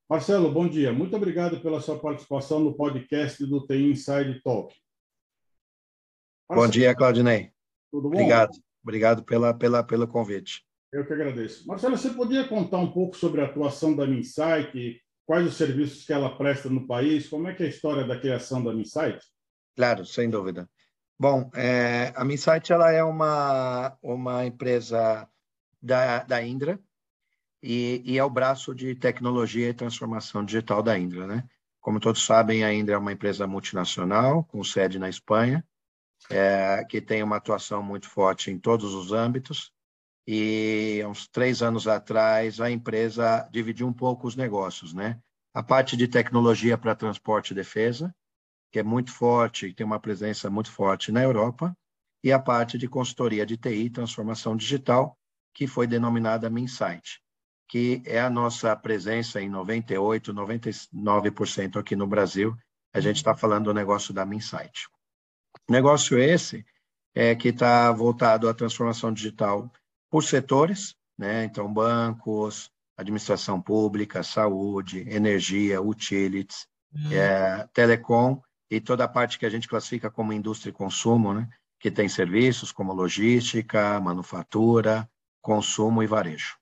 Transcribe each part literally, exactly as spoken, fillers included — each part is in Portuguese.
Marcelo, bom dia. Muito obrigado pela sua participação no podcast do T I Inside Talk. Bom Marcelo, dia, Claudinei. tudo bom? Obrigado. Obrigado pela, pela, pelo convite. Eu que agradeço. Marcelo, você podia contar um pouco sobre a atuação da Minsight, quais os serviços que ela presta no país, como é que é a história da criação da Minsight? Claro, sem dúvida. Bom, é, a Minsight ela é uma, uma empresa da, da Indra e, e é o braço de tecnologia e transformação digital da Indra, né? Como todos sabem, a Indra é uma empresa multinacional com sede na Espanha, é, que tem uma atuação muito forte em todos os âmbitos. E uns três anos atrás a empresa dividiu um pouco os negócios, né? A parte de tecnologia para transporte e defesa, que é muito forte, tem uma presença muito forte na Europa, e a parte de consultoria de T I, transformação digital, que foi denominada Minsight, que é a nossa presença em noventa e oito, noventa e nove por cento aqui no Brasil. A gente está falando do negócio da Minsight. Negócio esse é que está voltado à transformação digital por setores, né? Então, bancos, administração pública, saúde, energia, utilities, uhum. é, telecom e toda a parte que a gente classifica como indústria e consumo, né? Que tem serviços como logística, manufatura, consumo e varejo.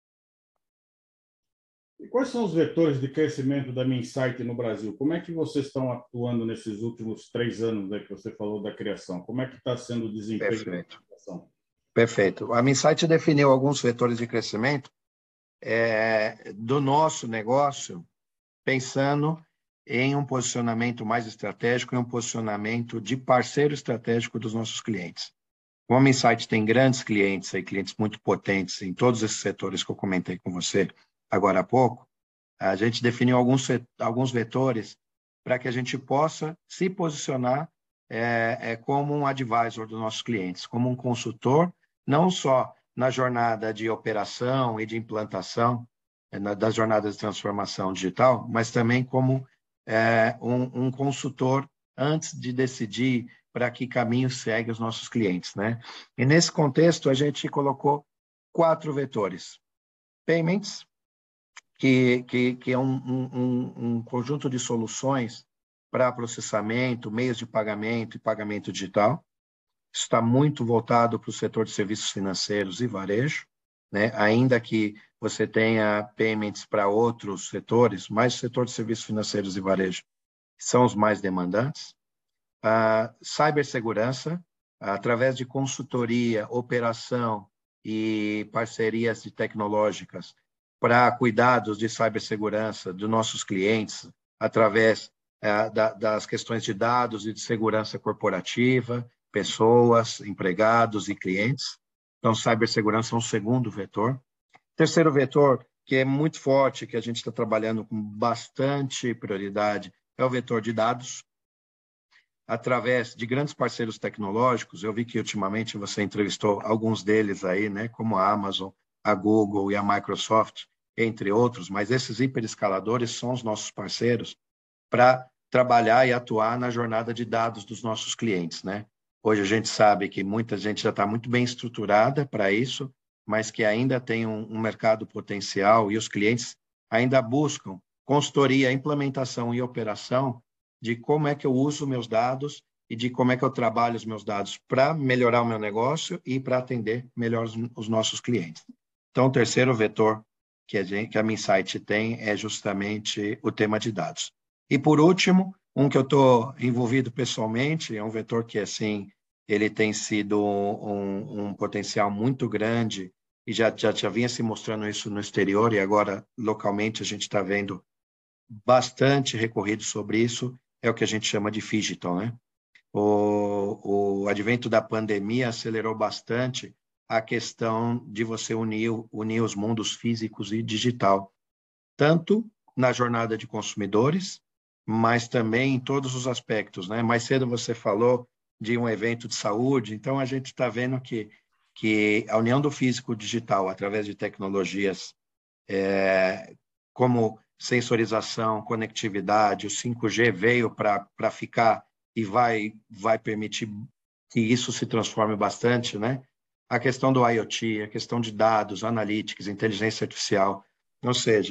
E quais são os vetores de crescimento da Minsight no Brasil? Como é que vocês estão atuando nesses últimos três anos né, que você falou da criação? Como é que está sendo o desempenho Perfeito. da criação? Perfeito. A Minsight definiu alguns vetores de crescimento é, do nosso negócio, pensando em um posicionamento mais estratégico e um posicionamento de parceiro estratégico dos nossos clientes. Como a Minsight tem grandes clientes, e clientes muito potentes em todos esses setores que eu comentei com você agora há pouco, a gente definiu alguns, alguns vetores para que a gente possa se posicionar é, é, como um advisor dos nossos clientes, como um consultor, não só na jornada de operação e de implantação, é, na, das jornadas de transformação digital, mas também como é, um, um consultor antes de decidir para que caminho segue os nossos clientes, né? E nesse contexto, a gente colocou quatro vetores. Payments, que, que, que é um, um, um conjunto de soluções para processamento, meios de pagamento e pagamento digital. Está muito voltado para o setor de serviços financeiros e varejo, né? Ainda que você tenha payments para outros setores, mas o setor de serviços financeiros e varejo são os mais demandantes. A cibersegurança, através de consultoria, operação e parcerias de tecnológicas para cuidados de cibersegurança dos nossos clientes, através é, da, das questões de dados e de segurança corporativa, pessoas, empregados e clientes. Então, cibersegurança é um segundo vetor. Terceiro vetor, que é muito forte, que a gente está trabalhando com bastante prioridade, é o vetor de dados. Através de grandes parceiros tecnológicos, eu vi que ultimamente você entrevistou alguns deles aí, né, como a Amazon, a Google e a Microsoft, entre outros, mas esses hiperescaladores são os nossos parceiros para trabalhar e atuar na jornada de dados dos nossos clientes, né? Hoje a gente sabe que muita gente já está muito bem estruturada para isso, mas que ainda tem um, um mercado potencial e os clientes ainda buscam consultoria, implementação e operação de como é que eu uso meus dados e de como é que eu trabalho os meus dados para melhorar o meu negócio e para atender melhor os, os nossos clientes. Então, o terceiro vetor que a, gente, que a Minsight tem é justamente o tema de dados. E, por último, um que eu estou envolvido pessoalmente, é um vetor que, assim, ele tem sido um, um potencial muito grande e já, já, já vinha se mostrando isso no exterior e agora, localmente, a gente está vendo bastante recorrido sobre isso, é o que a gente chama de digital, né? O, o advento da pandemia acelerou bastante a questão de você unir, unir os mundos físicos e digital, tanto na jornada de consumidores, mas também em todos os aspectos, né? Mais cedo você falou de um evento de saúde, então a gente está vendo que, que a união do físico e digital, através de tecnologias é, como sensorização, conectividade, o cinco G veio para ficar e vai, vai permitir que isso se transforme bastante, né? A questão do IoT, a questão de dados, analytics, inteligência artificial, ou seja,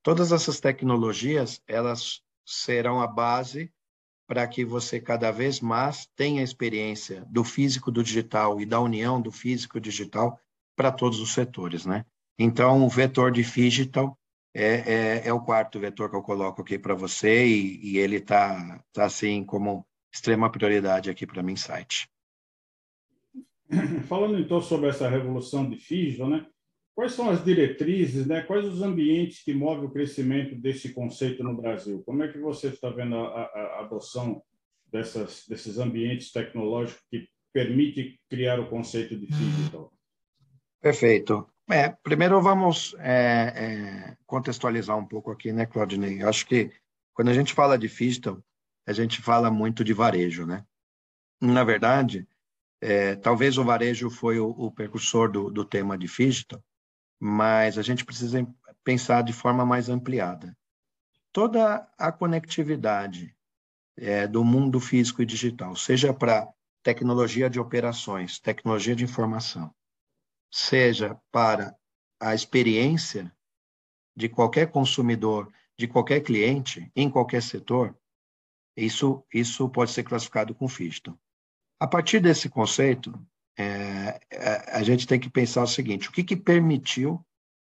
Todas essas tecnologias, elas serão a base para que você cada vez mais tenha experiência do físico, do digital e da união do físico e digital para todos os setores, né? Então, o vetor de Phygital é, é, é o quarto vetor que eu coloco aqui para você e, e ele está, tá, assim, como extrema prioridade aqui para a Minsait. Falando, então, sobre essa revolução de Phygital, né? Quais são as diretrizes, né? Quais os ambientes que movem o crescimento desse conceito no Brasil? Como é que você está vendo a, a, a adoção dessas, desses ambientes tecnológicos que permite criar o conceito de Phygital? Perfeito. É, primeiro vamos é, é, contextualizar um pouco aqui, né, Claudinei? Eu acho que quando a gente fala de Phygital, a gente fala muito de varejo, né? Na verdade, é, talvez o varejo foi o, o precursor do, do tema de Phygital, mas a gente precisa pensar de forma mais ampliada. Toda a conectividade é, do mundo físico e digital, seja para tecnologia de operações, tecnologia de informação, seja para a experiência de qualquer consumidor, de qualquer cliente, em qualquer setor, isso, isso pode ser classificado com Phygital. A partir desse conceito, é, a gente tem que pensar o seguinte: o que, que permitiu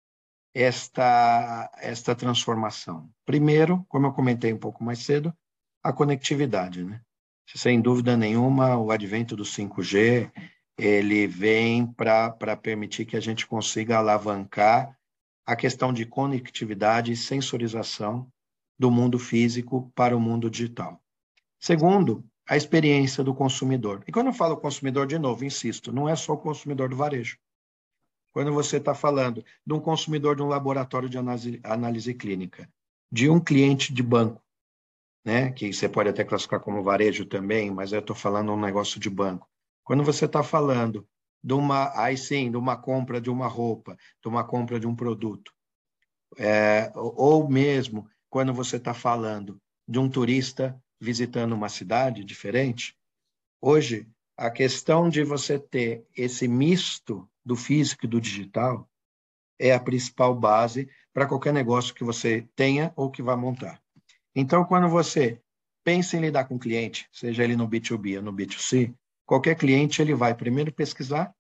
esta, esta transformação? Primeiro, como eu comentei um pouco mais cedo, a conectividade, né? Sem dúvida nenhuma, o advento do cinco G, ele vem para permitir que a gente consiga alavancar a questão de conectividade e sensorização do mundo físico para o mundo digital. Segundo, a experiência do consumidor. E quando eu falo consumidor, de novo, insisto, não é só o consumidor do varejo. Quando você está falando de um consumidor de um laboratório de análise, análise clínica, de um cliente de banco, né, que você pode até classificar como varejo também, mas eu estou falando um negócio de banco. Quando você está falando de uma, aí sim, de uma compra de uma roupa, de uma compra de um produto, é, ou mesmo quando você está falando de um turista visitando uma cidade diferente, hoje a questão de você ter esse misto do físico e do digital é a principal base para qualquer negócio que você tenha ou que vá montar. Então, quando você pensa em lidar com o cliente, seja ele no B dois B ou no B dois C, qualquer cliente ele vai primeiro pesquisar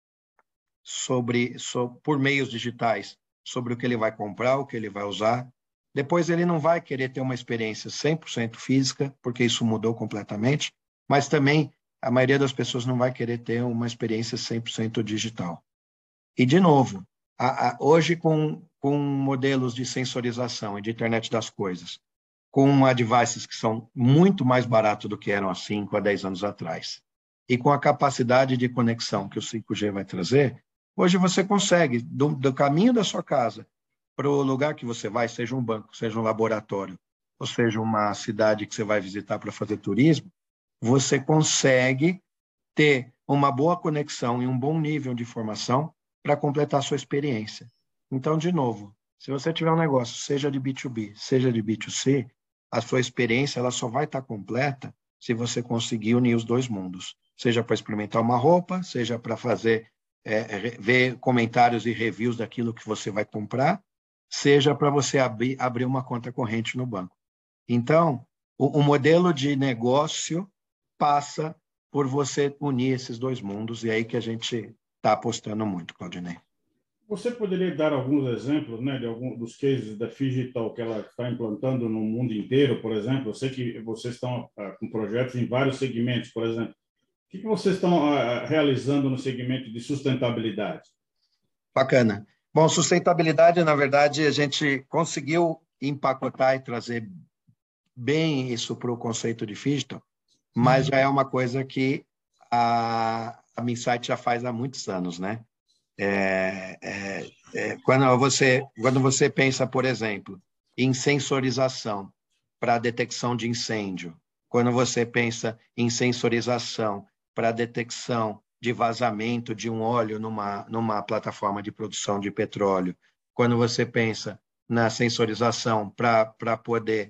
sobre, sobre, por meios digitais sobre o que ele vai comprar, o que ele vai usar. Depois ele não vai querer ter uma experiência cem por cento física, porque isso mudou completamente, mas também a maioria das pessoas não vai querer ter uma experiência cem por cento digital. E, de novo, a, a, hoje com, com modelos de sensorização e de internet das coisas, com devices que são muito mais baratos do que eram há cinco a dez anos atrás, e com a capacidade de conexão que o cinco G vai trazer, hoje você consegue, do, do caminho da sua casa para o lugar que você vai, seja um banco, seja um laboratório, ou seja uma cidade que você vai visitar para fazer turismo, você consegue ter uma boa conexão e um bom nível de informação para completar a sua experiência. Então, de novo, se você tiver um negócio, seja de B dois B, seja de B dois C, a sua experiência ela só vai estar completa se você conseguir unir os dois mundos. Seja para experimentar uma roupa, seja para fazer, é, ver comentários e reviews daquilo que você vai comprar, seja para você abrir, abrir uma conta corrente no banco. Então, o, o modelo de negócio passa por você unir esses dois mundos, e é aí que a gente está apostando muito, Claudinei. Você poderia dar alguns exemplos, né, de alguns dos cases da Phygital que ela está implantando no mundo inteiro, por exemplo? Eu sei que vocês estão uh, com projetos em vários segmentos, por exemplo. O que, que vocês estão uh, realizando no segmento de sustentabilidade? Bacana. Bom, sustentabilidade, na verdade, a gente conseguiu empacotar e trazer bem isso para o conceito de Phygital, mas já é uma coisa que a, a Minsait já faz há muitos anos, né? É, é, é, quando, você, quando você pensa, por exemplo, em sensorização para detecção de incêndio, quando você pensa em sensorização para detecção de vazamento de um óleo numa, numa plataforma de produção de petróleo, quando você pensa na sensorização para poder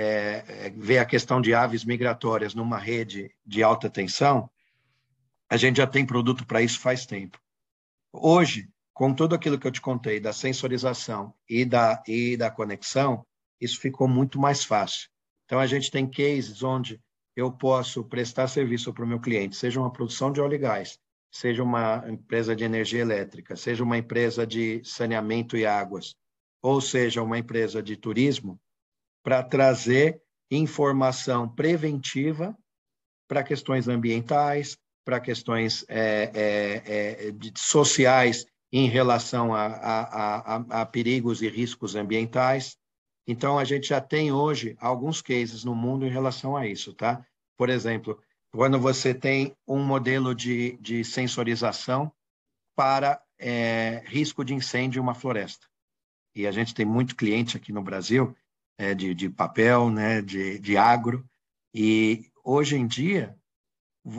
é, ver a questão de aves migratórias numa rede de alta tensão, a gente já tem produto para isso faz tempo. Hoje, com tudo aquilo que eu te contei, da sensorização e da, e da conexão, isso ficou muito mais fácil. Então, a gente tem cases onde eu posso prestar serviço para o meu cliente, seja uma produção de óleo e gás, seja uma empresa de energia elétrica, seja uma empresa de saneamento e águas, ou seja uma empresa de turismo, para trazer informação preventiva para questões ambientais, para questões é, é, é, de, sociais em relação a, a, a, a perigos e riscos ambientais. Então, a gente já tem hoje alguns cases no mundo em relação a isso, tá? Por exemplo, quando você tem um modelo de, de sensorização para é, risco de incêndio em uma floresta. E a gente tem muito cliente aqui no Brasil é, de, de papel, né, de, de agro, e hoje em dia o,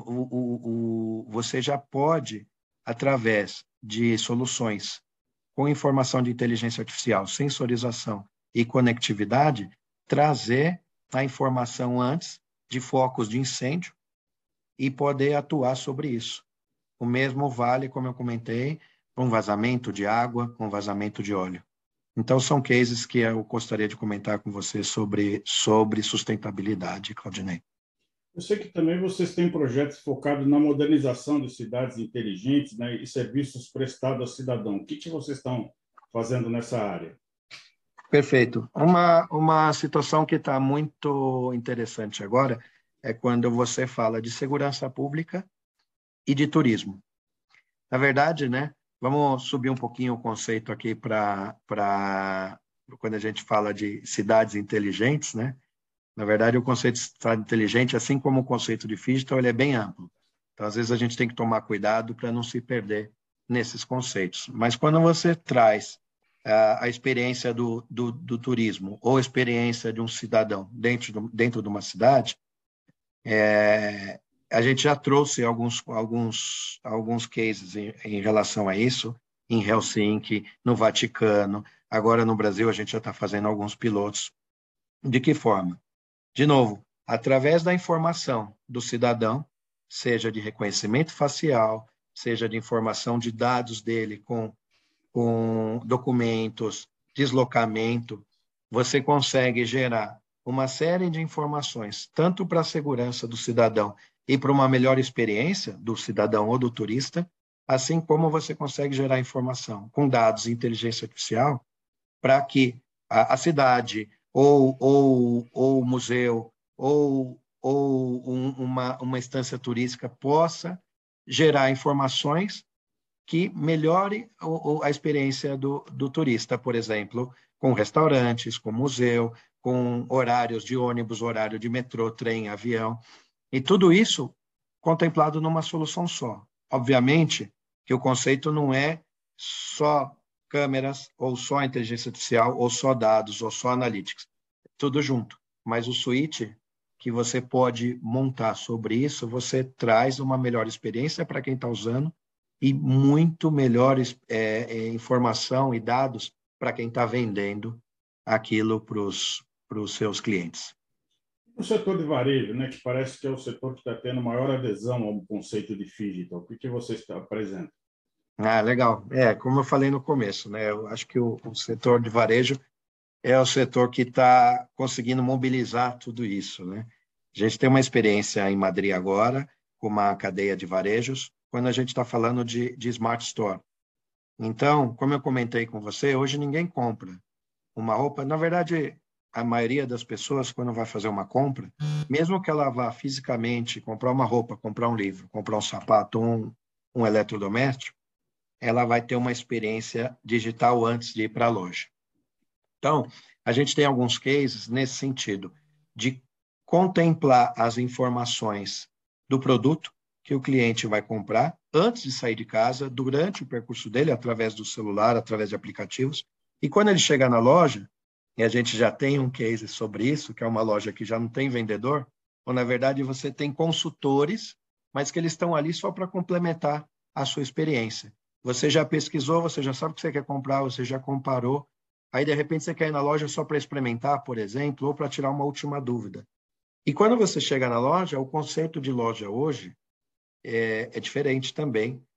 o, o, você já pode, através de soluções com informação de inteligência artificial, sensorização e conectividade, trazer a informação antes de focos de incêndio e poder atuar sobre isso. O mesmo vale, como eu comentei, com vazamento de água, com vazamento de óleo. Então, são cases que eu gostaria de comentar com você sobre, sobre sustentabilidade, Claudinei. Eu sei que também vocês têm projetos focados na modernização de cidades inteligentes, né, e serviços prestados ao cidadão. O que, que vocês estão fazendo nessa área? Perfeito. Uma, uma situação que está muito interessante agora é quando você fala de segurança pública e de turismo. Na verdade, né, vamos subir um pouquinho o conceito aqui para quando a gente fala de cidades inteligentes, né? Na verdade, o conceito de cidade inteligente, assim como o conceito de digital, ele é bem amplo. Então, às vezes, a gente tem que tomar cuidado para não se perder nesses conceitos. Mas quando você traz uh, a experiência do, do, do turismo ou a experiência de um cidadão dentro, do, dentro de uma cidade, é, a gente já trouxe alguns, alguns, alguns cases em, em relação a isso, em Helsinki, no Vaticano. Agora, no Brasil, a gente já está fazendo alguns pilotos. De que forma? De novo, através da informação do cidadão, seja de reconhecimento facial, seja de informação de dados dele com, com documentos, deslocamento, você consegue gerar uma série de informações, tanto para a segurança do cidadão e para uma melhor experiência do cidadão ou do turista, assim como você consegue gerar informação com dados e inteligência artificial para que a, a cidade ou, ou, ou o museu ou, ou um, uma, uma instância turística possa gerar informações que melhore a, a experiência do, do turista, por exemplo, com restaurantes, com museu, com horários de ônibus, horário de metrô, trem, avião, e tudo isso contemplado numa solução só. Obviamente que o conceito não é só câmeras, ou só inteligência artificial, ou só dados, ou só analytics. Tudo junto. Mas o suíte que você pode montar sobre isso, você traz uma melhor experiência para quem está usando e muito melhores é, é, informação e dados para quem está vendendo aquilo para os seus clientes. O setor de varejo, né, que parece que é o setor que está tendo maior adesão ao conceito de digital, o que, que você está apresentando? Ah, legal. É, como eu falei no começo, né? Eu acho que o, o setor de varejo é o setor que está conseguindo mobilizar tudo isso, né? A gente tem uma experiência em Madrid agora, com uma cadeia de varejos, quando a gente está falando de, de Smart Store. Então, como eu comentei com você, hoje ninguém compra uma roupa. Na verdade, a maioria das pessoas, quando vai fazer uma compra, mesmo que ela vá fisicamente comprar uma roupa, comprar um livro, comprar um sapato, um, um eletrodoméstico, ela vai ter uma experiência digital antes de ir para a loja. Então, a gente tem alguns cases nesse sentido, de contemplar as informações do produto que o cliente vai comprar antes de sair de casa, durante o percurso dele, através do celular, através de aplicativos. E quando ele chegar na loja, e a gente já tem um case sobre isso, que é uma loja que já não tem vendedor, ou na verdade você tem consultores, mas que eles estão ali só para complementar a sua experiência. Você já pesquisou, você já sabe o que você quer comprar, você já comparou. Aí, de repente, você quer ir na loja só para experimentar, por exemplo, ou para tirar uma última dúvida. E quando você chega na loja, o conceito de loja hoje é, é diferente também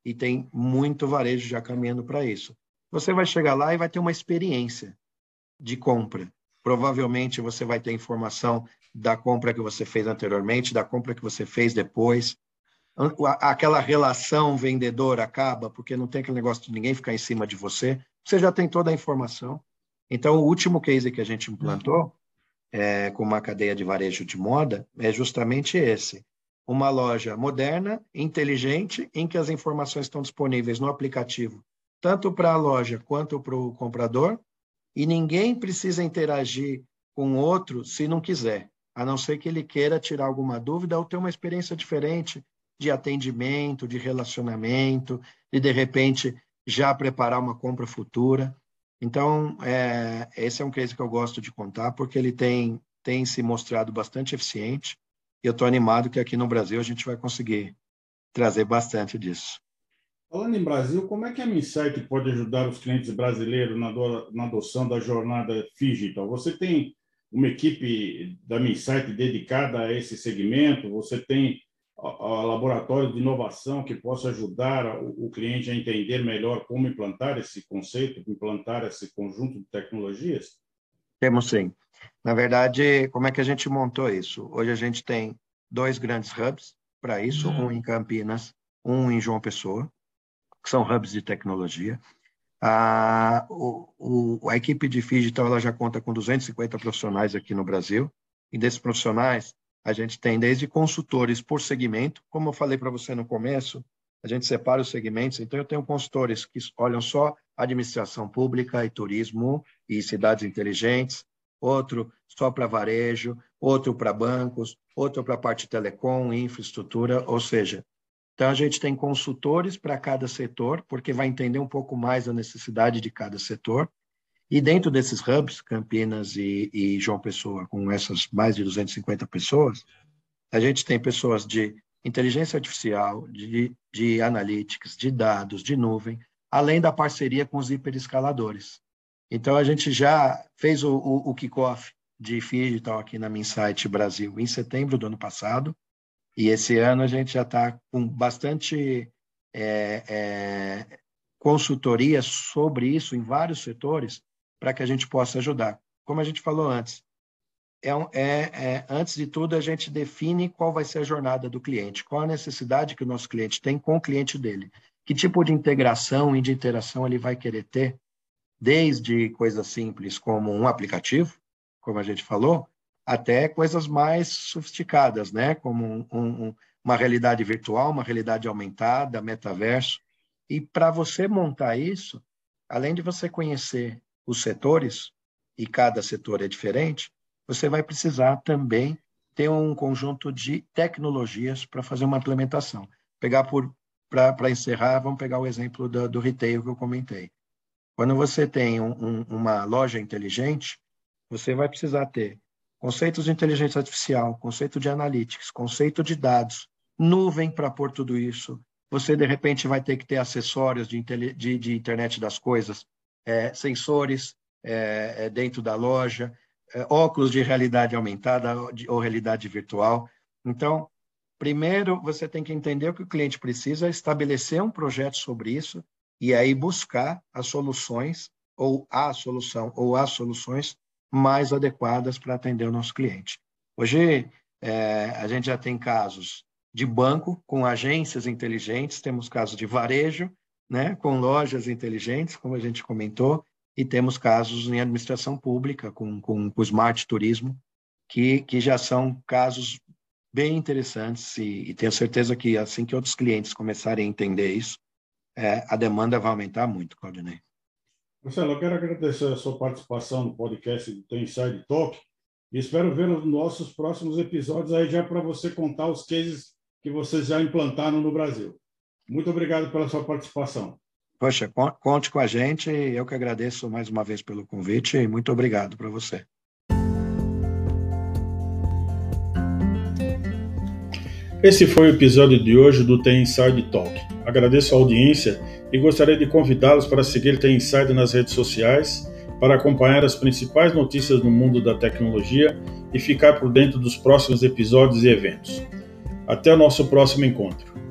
e tem muito varejo já caminhando para isso. Você vai chegar lá e vai ter uma experiência de compra. Provavelmente você vai ter informação da compra que você fez anteriormente, da compra que você fez depois. Aquela relação vendedor acaba, porque não tem aquele negócio de ninguém ficar em cima de você. Você já tem toda a informação. Então, o último case que a gente implantou, é, com uma cadeia de varejo de moda, é justamente esse. Uma loja moderna, inteligente, em que as informações estão disponíveis no aplicativo, tanto para a loja quanto para o comprador, e ninguém precisa interagir com o outro se não quiser, a não ser que ele queira tirar alguma dúvida ou ter uma experiência diferente de atendimento, de relacionamento, e de repente já preparar uma compra futura. Então, é, esse é um case que eu gosto de contar, porque ele tem, tem se mostrado bastante eficiente, e eu estou animado que aqui no Brasil a gente vai conseguir trazer bastante disso. Falando em Brasil, como é que a Minsight pode ajudar os clientes brasileiros na, do, na adoção da jornada digital? Você tem uma equipe da Minsight dedicada a esse segmento? Você tem a, a laboratório de inovação que possa ajudar o, o cliente a entender melhor como implantar esse conceito, implantar esse conjunto de tecnologias? Temos sim. Na verdade, como é que a gente montou isso? Hoje a gente tem dois grandes hubs para isso, um em Campinas, um em João Pessoa, que são hubs de tecnologia. A, o, o, a equipe de Phygital ela já conta com duzentos e cinquenta profissionais aqui no Brasil, e desses profissionais a gente tem desde consultores por segmento, como eu falei para você no começo, a gente separa os segmentos, então eu tenho consultores que olham só administração pública e turismo e cidades inteligentes, outro só para varejo, outro para bancos, outro para a parte telecom, infraestrutura, ou seja, então, a gente tem consultores para cada setor, porque vai entender um pouco mais a necessidade de cada setor. E dentro desses hubs, Campinas e, e João Pessoa, com essas mais de duzentas e cinquenta pessoas, a gente tem pessoas de inteligência artificial, de, de analytics, de dados, de nuvem, além da parceria com os hiperescaladores. Então, a gente já fez o, o, o kickoff de Phygital aqui na Minsight Brasil em setembro do ano passado, e esse ano a gente já está com bastante é, é, consultoria sobre isso em vários setores para que a gente possa ajudar. Como a gente falou antes, é, um, é, é, antes de tudo a gente define qual vai ser a jornada do cliente, qual a necessidade que o nosso cliente tem com o cliente dele, que tipo de integração e de interação ele vai querer ter, desde coisas simples como um aplicativo, como a gente falou, até coisas mais sofisticadas, né? Como um, um, uma realidade virtual, uma realidade aumentada, metaverso. E para você montar isso, além de você conhecer os setores, e cada setor é diferente, você vai precisar também ter um conjunto de tecnologias para fazer uma implementação. Pegar por para encerrar, vamos pegar o exemplo do, do retail que eu comentei. Quando você tem um, um, uma loja inteligente, você vai precisar ter conceitos de inteligência artificial, conceito de analytics, conceito de dados, nuvem para pôr tudo isso. Você, de repente, vai ter que ter acessórios de, de, de internet das coisas, é, sensores é, dentro da loja, é, óculos de realidade aumentada de, ou realidade virtual. Então, primeiro, você tem que entender o que o cliente precisa, estabelecer um projeto sobre isso e aí buscar as soluções, ou a solução, ou as soluções mais adequadas para atender o nosso cliente. Hoje, é, a gente já tem casos de banco com agências inteligentes, temos casos de varejo, né, com lojas inteligentes, como a gente comentou, e temos casos em administração pública, com, com, com Smart Turismo, que, que já são casos bem interessantes, e, e tenho certeza que assim que outros clientes começarem a entender isso, é, a demanda vai aumentar muito, Claudinei. Marcelo, eu quero agradecer a sua participação no podcast do Tem Inside Talk e espero ver nos nossos próximos episódios aí já para você contar os cases que vocês já implantaram no Brasil. Muito obrigado pela sua participação. Poxa, conte com a gente, eu que agradeço mais uma vez pelo convite e muito obrigado para você. Esse foi o episódio de hoje do Tem Inside Talk. Agradeço a audiência e gostaria de convidá-los para seguir Tem Inside nas redes sociais, para acompanhar as principais notícias no mundo da tecnologia e ficar por dentro dos próximos episódios e eventos. Até o nosso próximo encontro.